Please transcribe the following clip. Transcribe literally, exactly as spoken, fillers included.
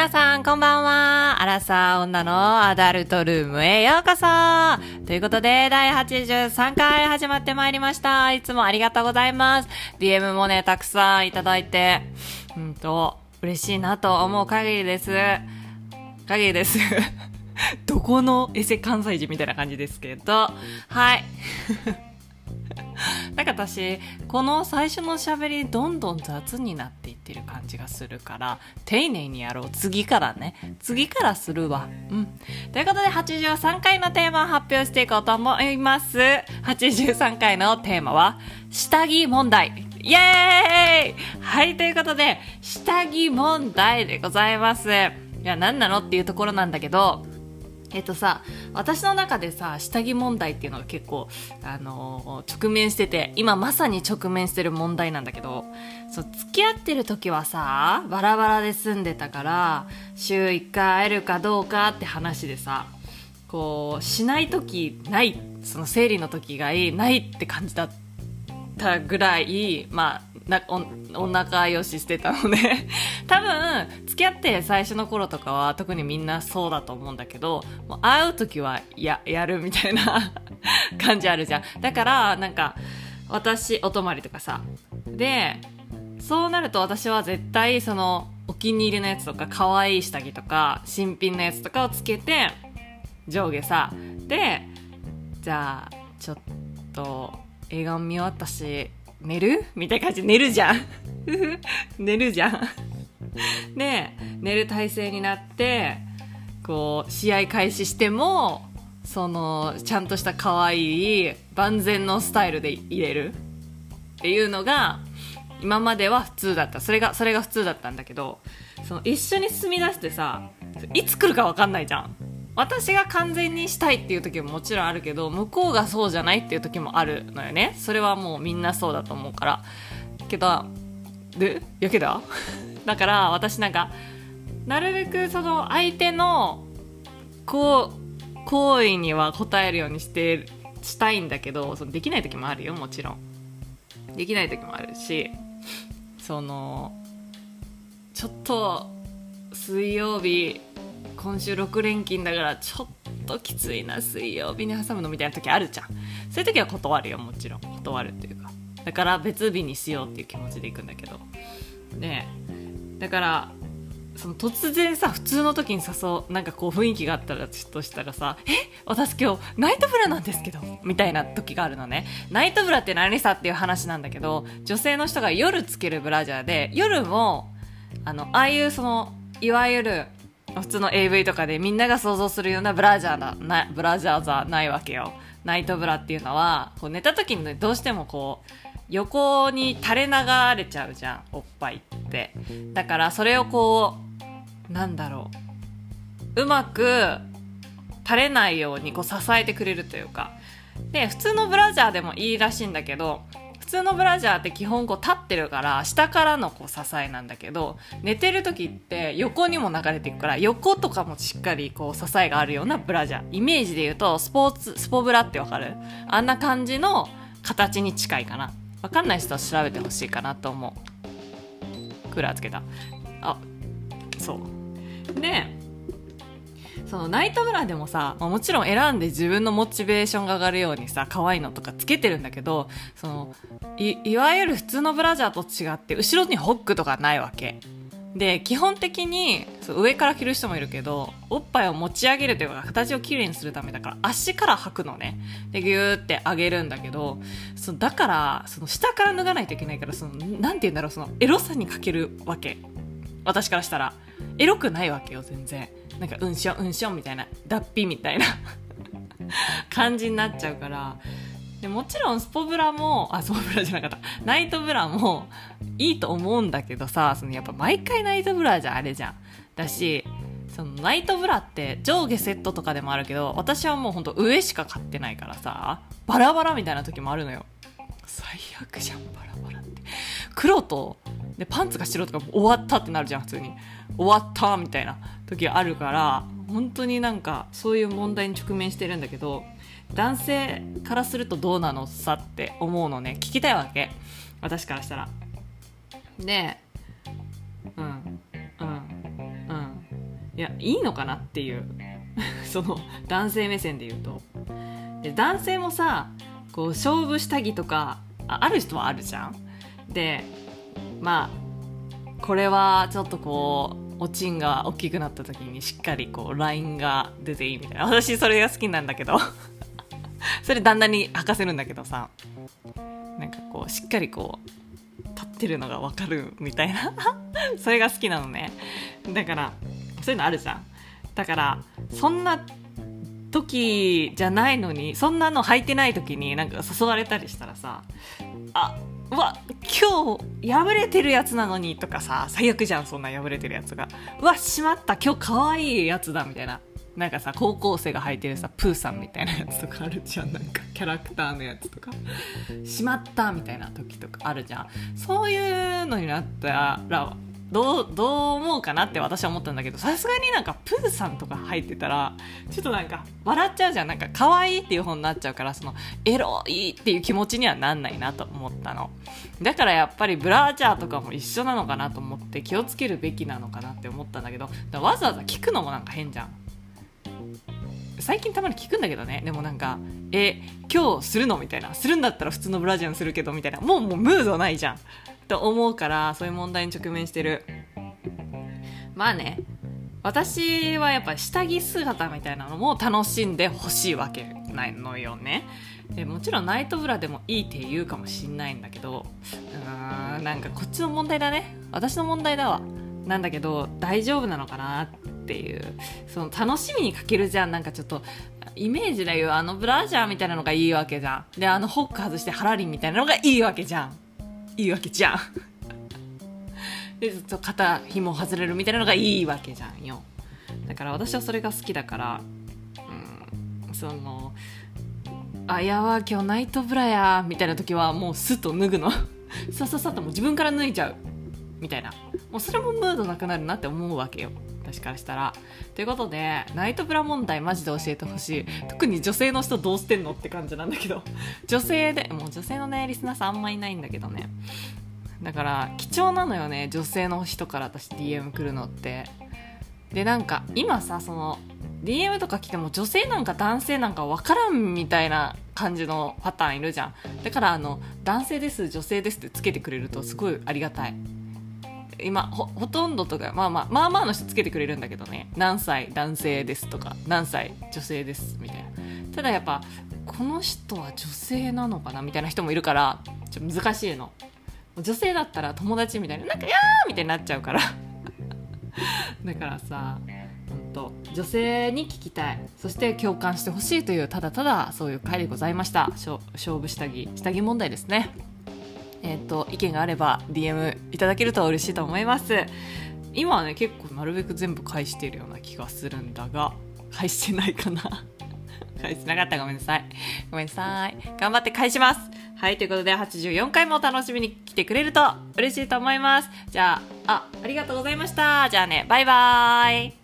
皆さんこんばんは。アラサー女のアダルトルームへようこそということでだいはちじゅうさんかい始まってまいりました。いつもありがとうございます。 ディーエム もねたくさんいただいてうんと嬉しいなと思う限りです限りですどこのエセ関西人みたいな感じですけど、はいなんか私この最初の喋りどんどん雑になっていってる感じがするから丁寧にやろう。次からね次からするわ。うんということではちじゅうさんかいのテーマを発表していこうと思います。はちじゅうさんかいのテーマは下着問題。イエーイ。はいということで下着問題でございます。いや何なのっていうところなんだけど、えっとさ、私の中でさ、下着問題っていうのが結構、あのー、直面してて、今まさに直面してる問題なんだけど、そう、付き合ってる時はさ、バラバラで住んでたから、週いっかい会えるかどうかって話でさ、こう、しない時ない、その生理の時がいい、ないって感じだったぐらい、まあ、な お, お仲良ししてたので多分付き合って最初の頃とかは特にみんなそうだと思うんだけど、もう会う時は や, やるみたいな感じあるじゃん。だからなんか私お泊まりとかさで、そうなると私は絶対そのお気に入りのやつとか可愛い下着とか新品のやつとかをつけて上下さで、じゃあちょっと映画を見終わったし寝るみたいな感じで寝るじゃん寝るじゃんで寝る体勢になってこう試合開始してもそのちゃんとした可愛い万全のスタイルで入れるっていうのが今までは普通だった。それがそれが普通だったんだけど、その一緒に住み出してさいつ来るか分かんないじゃん。私が完全にしたいっていう時ももちろんあるけど、向こうがそうじゃないっていう時もあるのよね。それはもうみんなそうだと思うからけど、でやけだだから私なんかなるべくその相手のこう行為には応えるようにしてしたいんだけど、そのできない時もあるよ。もちろんできない時もあるし、そのちょっと水曜日今週ろく連勤だからちょっときついな水曜日に挟むのみたいな時あるじゃん。そういう時は断るよ。もちろん断るっていうか、だから別日にしようっていう気持ちで行くんだけどね。だからその突然さ普通の時に誘うなんかこう雰囲気があったらちょっとしたらさ、え私今日ナイトブラなんですけどみたいな時があるのね。ナイトブラって何さっていう話なんだけど、女性の人が夜つけるブラジャーで、夜もあのああいうそのいわゆる普通の エーブイ とかでみんなが想像するようなブラジャーだなブラジャーじゃないわけよ。ナイトブラっていうのはこう寝た時に、ね、どうしてもこう横に垂れ流れちゃうじゃん、おっぱいって。だからそれをこうなんだろううまく垂れないようにこう支えてくれるというかで、普通のブラジャーでもいいらしいんだけど、普通のブラジャーって基本こう立ってるから下からのこう支えなんだけど、寝てる時って横にも流れていくから横とかもしっかりこう支えがあるようなブラジャー、イメージで言うとスポーツスポブラってわかる？あんな感じの形に近いかな。わかんない人は調べてほしいかなと思う。クーラーつけた。あ、そうでそのナイトブラでもさ、もちろん選んで自分のモチベーションが上がるようにさ可愛いのとかつけてるんだけど、その い, いわゆる普通のブラジャーと違って後ろにホックとかないわけで、基本的にそう上から着る人もいるけどおっぱいを持ち上げるというか形をきれいにするためだから足から履くのね。でギューって上げるんだけど、そのだからその下から脱がないといけないから、そのなんて言うんだろう、そのエロさに欠けるわけ。私からしたらエロくないわけよ全然。なんかうんしょんうんしょんみたいな脱皮みたいな感じになっちゃうから。でもちろんスポブラもあスポブラじゃなかったナイトブラもいいと思うんだけどさ、そのやっぱ毎回ナイトブラじゃあれじゃん。だしそのナイトブラって上下セットとかでもあるけど、私はもうほんと上しか買ってないからさ、バラバラみたいな時もあるのよ。最悪じゃんバラバラって。黒とでパンツが白とか終わったってなるじゃん。普通に終わったみたいな時あるから、本当になんかそういう問題に直面してるんだけど、男性からするとどうなのさって思うのね。聞きたいわけ私からしたら。でうんうんうんいやいいのかなっていうその男性目線で言うと、で男性もさこう勝負下着とか あ, ある人はあるじゃん。でまあこれはちょっとこうおちんが大きくなった時にしっかりこうラインが出ていいみたいな、私それが好きなんだけどそれ旦那に履かせるんだけどさ、なんかこうしっかりこう立ってるのが分かるみたいなそれが好きなのね。だからそういうのあるじゃん。だからそんな時じゃないのに、そんなの履いてない時になんか誘われたりしたらさ、あうわ今日破れてるやつなのにとかさ、最悪じゃんそんな破れてるやつが。うわしまった今日可愛いやつだみたいな、なんかさ高校生が履いてるさプーさんみたいなやつとかあるじゃん。なんかキャラクターのやつとかしまったみたいな時とかあるじゃん。そういうのになったらどう、どう思うかなって私は思ったんだけど、さすがになんかプーさんとか入ってたらちょっとなんか笑っちゃうじゃん。なんか可愛いっていう方になっちゃうから、そのエロいっていう気持ちにはなんないなと思ったの。だからやっぱりブラジャーとかも一緒なのかなと思って気をつけるべきなのかなって思ったんだけど、だからわざわざ聞くのもなんか変じゃん。最近たまに聞くんだけどね。でもなんかえ今日するのみたいな、するんだったら普通のブラジャーにするけどみたいな、もうもうムードないじゃんと思うから、そういう問題に直面してる。まあね、私はやっぱ下着姿みたいなのも楽しんでほしいわけないのよね。でもちろんナイトブラでもいいって言うかもしんないんだけど、うーんなんかこっちの問題だね、私の問題だわ。なんだけど大丈夫なのかなっていう、その楽しみに欠けるじゃん。なんかちょっとイメージで言うあのブラジャーみたいなのがいいわけじゃん。であのホック外してハラリンみたいなのがいいわけじゃんいいわけじゃんでずっと肩紐外れるみたいなのがいいわけじゃんよ。だから私はそれが好きだから、うん、そのあやわ今日ナイトブラやみたいな時はもうスッと脱ぐのさささっともう自分から脱いじゃうみたいな、もうそれもムードなくなるなって思うわけよ、私からしたら。ということでナイトブラ問題マジで教えてほしい。特に女性の人どうしてんのって感じなんだけど女性でもう女性のねリスナーさんあんまいないんだけどね。だから貴重なのよね、女性の人から私 ディーエム 来るのって。でなんか今さその ディーエム とか来ても女性なんか男性なんか分からんみたいな感じのパターンいるじゃん。だからあの男性です女性ですってつけてくれるとすごいありがたい。今 ほ, ほとんどとか、まあまあ、まあまあの人つけてくれるんだけどね、何歳男性ですとか何歳女性ですみたいな。ただやっぱこの人は女性なのかなみたいな人もいるからちょっと難しいの。女性だったら友達みたいななんかやーみたいになっちゃうからだからさほんと女性に聞きたい、そして共感してほしいというただただそういう回でございました。勝負下着下着問題ですね。えー、と意見があれば ディーエム いただけると嬉しいと思います。今はね結構なるべく全部返しているような気がするんだが、返してないかな返してなかったらごめんなさいごめんなさい頑張って返します。はい、ということではちじゅうよんかいも楽しみに来てくれると嬉しいと思います。じゃああありがとうございました。じゃあねバイバーイ。